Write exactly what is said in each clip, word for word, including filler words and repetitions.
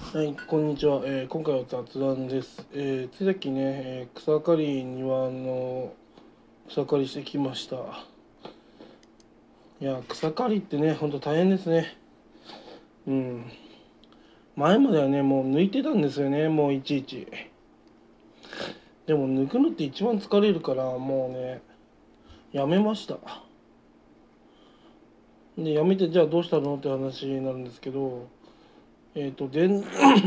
はい、こんにちは。えー今回は雑談です。えーついさっきね、えー草刈り庭の草刈りしてきました。いや、草刈りってね、ほんと大変ですね。うん。前まではね、もう抜いてたんですよね、もういちいち。でも抜くのって一番疲れるから、もうね、やめました。で、やめて、じゃあどうしたのって話になるんですけど、えっ、と、電、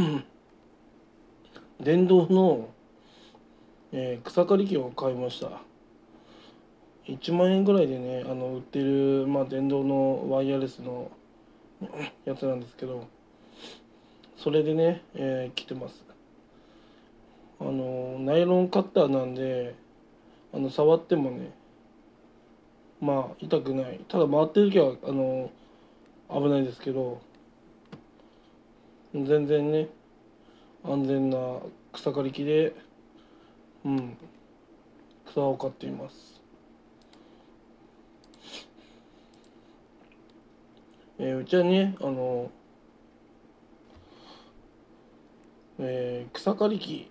電動の、えー草刈り機を買いました。いちまん円ぐらいでね、あの、売ってる、まあ、電動のワイヤレスのやつなんですけど、それでね、えー、来てます。あのナイロンカッターなんで、あの触ってもね、まあ痛くない。ただ回ってる時はあの危ないですけど、全然ね、安全な草刈り機で、うん、草を刈っています。えーうちはね、あの、えー草刈り機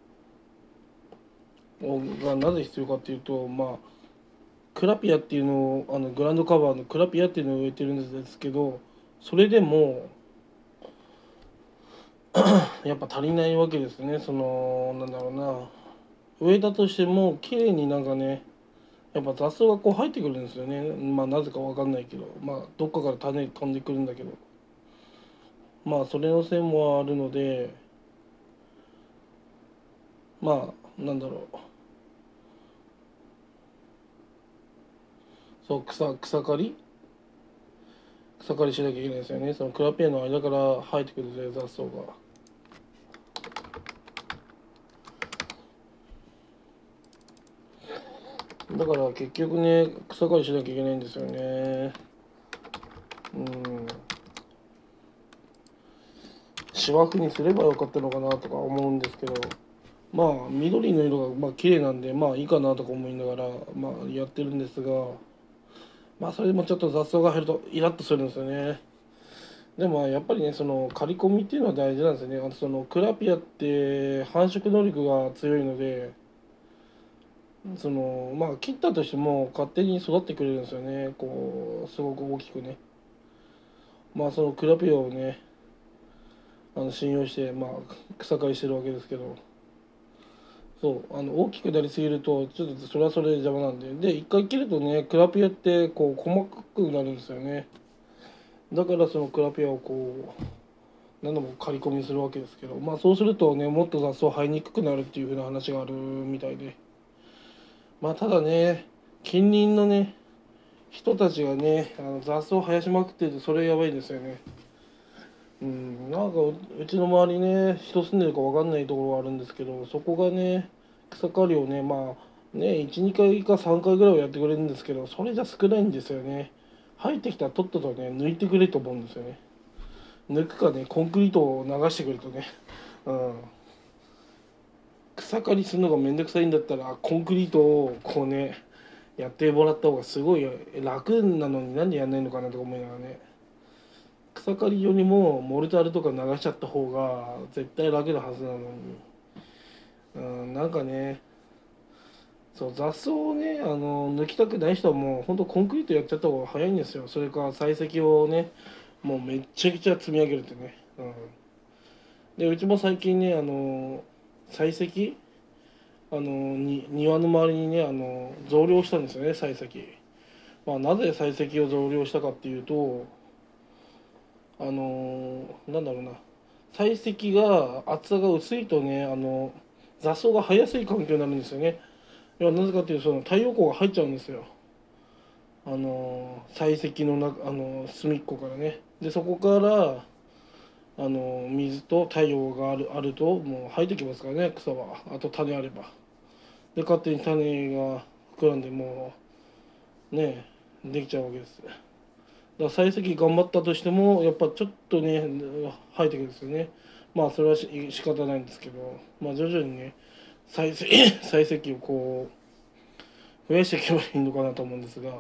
がなぜ必要かっていうと、まあクラピアっていうのを、あのグラウンドカバーのクラピアっていうのを植えてるんですけど、それでもやっぱ足りないわけですね。そのなんだろうな、植えたとしても綺麗になんかね、やっぱ雑草がこう入ってくるんですよね。まあなぜかわかんないけど、まあどっかから種飛んでくるんだけど、まあそれのせいもあるので、まあなんだろう、そう草草刈り草刈りしなきゃいけないですよね。そのクラピアの間から生えてくる雑草が。だから結局ね、草刈りしなきゃいけないんですよね。うん。芝生にすればよかったのかなとか思うんですけど、まあ緑の色がまあ綺麗なんで、まあいいかなとか思いながらまあやってるんですが、まあそれでもちょっと雑草が入るとイラッとするんですよね。でもやっぱりね、その刈り込みっていうのは大事なんですよね。あとそのクラピアって繁殖能力が強いので、そのまあ切ったとしても勝手に育ってくれるんですよね。こうすごく大きくね。まあそのクラピアをね、あの信用してまあ草刈りしてるわけですけど、そうあの大きくなりすぎるとちょっとそれはそれで邪魔なんで、で一回切るとね、クラピアってこう細かくなるんですよね。だからそのクラピアをこう何度も刈り込みするわけですけど、まあそうするとね、もっと雑草生えにくくなるっていう風な話があるみたいで、まあただね、近隣のね人たちがね、あの雑草を生やしまくってて、それやばいですよね。うん、なんかううちの周りね、人住んでるかわかんないところがあるんですけど、そこがね、草刈りをね、まあね、いち、にかいかさんかいぐらいはやってくれるんですけど、それじゃ少ないんですよね。生えてきたらとっととね、抜いてくれと思うんですよね。抜くかね、コンクリートを流してくるとね、うん、草刈りするのがめんどくさいんだったら、コンクリートをこうね、やってもらった方がすごい楽なのになんでやんないのかなとか思いながらね。草刈りよりもモルタルとか流しちゃった方が絶対楽なはずなのに、うん、なんかね、そう雑草をね、あの抜きたくない人はもう本当コンクリートやっちゃった方が早いんですよ。それから採石をね、もうめっちゃくちゃ積み上げるってね、うん、でうちも最近ね、あの採石、あのに庭の周りにね、あの増量したんですよね、採石。まあ、なぜ採石を増量したかっていうと、あのなんだろうな、採石が厚さが薄いとね、あの雑草が生えやすい環境になるんですよね。要はなぜかというと、その太陽光が入っちゃうんですよ。あの採石の中、あの隅っこからね。でそこからあの水と太陽があるあるともう生えてきますからね、草は。あと種あれば。で勝手に種が膨らんでもうね、できちゃうわけです。だから採石頑張ったとしてもやっぱちょっとね生えてくるんですよね。まあそれはし仕方ないんですけど、まあ徐々にね採石採石をこう増やしていけばいいのかなと思うんですが、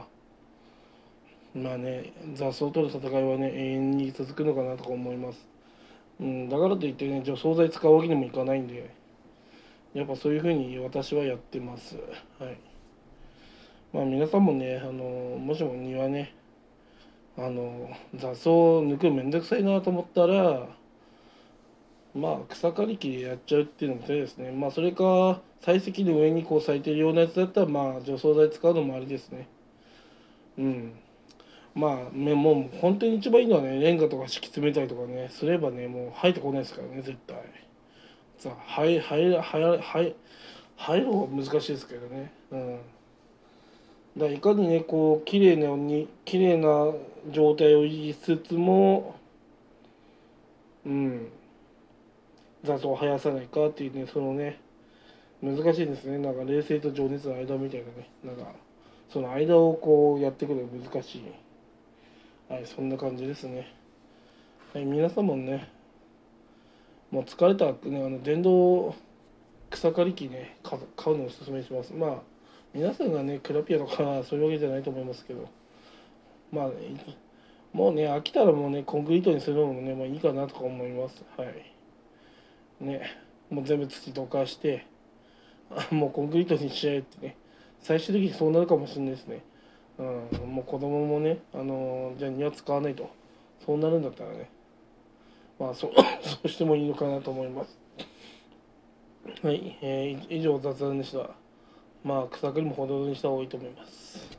まあね、雑草との戦いはね永遠に続くのかなとか思います。 うん、だからといってね除草剤使うわけにもいかないんで、やっぱそういうふうに私はやってます。はい。まあ皆さんもね、あのもしも庭ね、あの雑草を抜くのめんどくさいなと思ったら、まあ草刈り機でやっちゃうっていうのも手ですね。まあそれか採石の上にこう咲いてるようなやつだったら、まあ除草剤使うのもありですね。うん。まあね、もう本当に一番いいのはね、レンガとか敷き詰めたりとかねすればね、もう生えてこないですからね、絶対。さあ生え生え生え生え生える方が難しいですけどね。うん。だからいかにね、こう綺麗なに綺麗な状態を維持しつつも、うん、雑草を生やさないかっていうね、そのね、難しいですね。なんか冷静と情熱の間みたいなね、なんかその間をこうやってくるのが難しい。はい、そんな感じですね。はい、皆さんもね、もう疲れたらね、あの電動草刈り機ね、買買うのをおすすめします。まあ皆さんがね、クラピアとかそういうわけじゃないと思いますけど、まあもうね、飽きたらもうね、コンクリートにするのもね、もういいかなとか思います。はい。ね、もう全部土どかして、あもうコンクリートにしちゃえってね、最終的にそうなるかもしれないですね。うん、もう子供もね、あのーじゃあ庭使わないと、そうなるんだったらね、まあそうそうしてもいいのかなと思います。はい、えー以上雑談でした。まあ草刈りもほどほどにした方がいいと思います。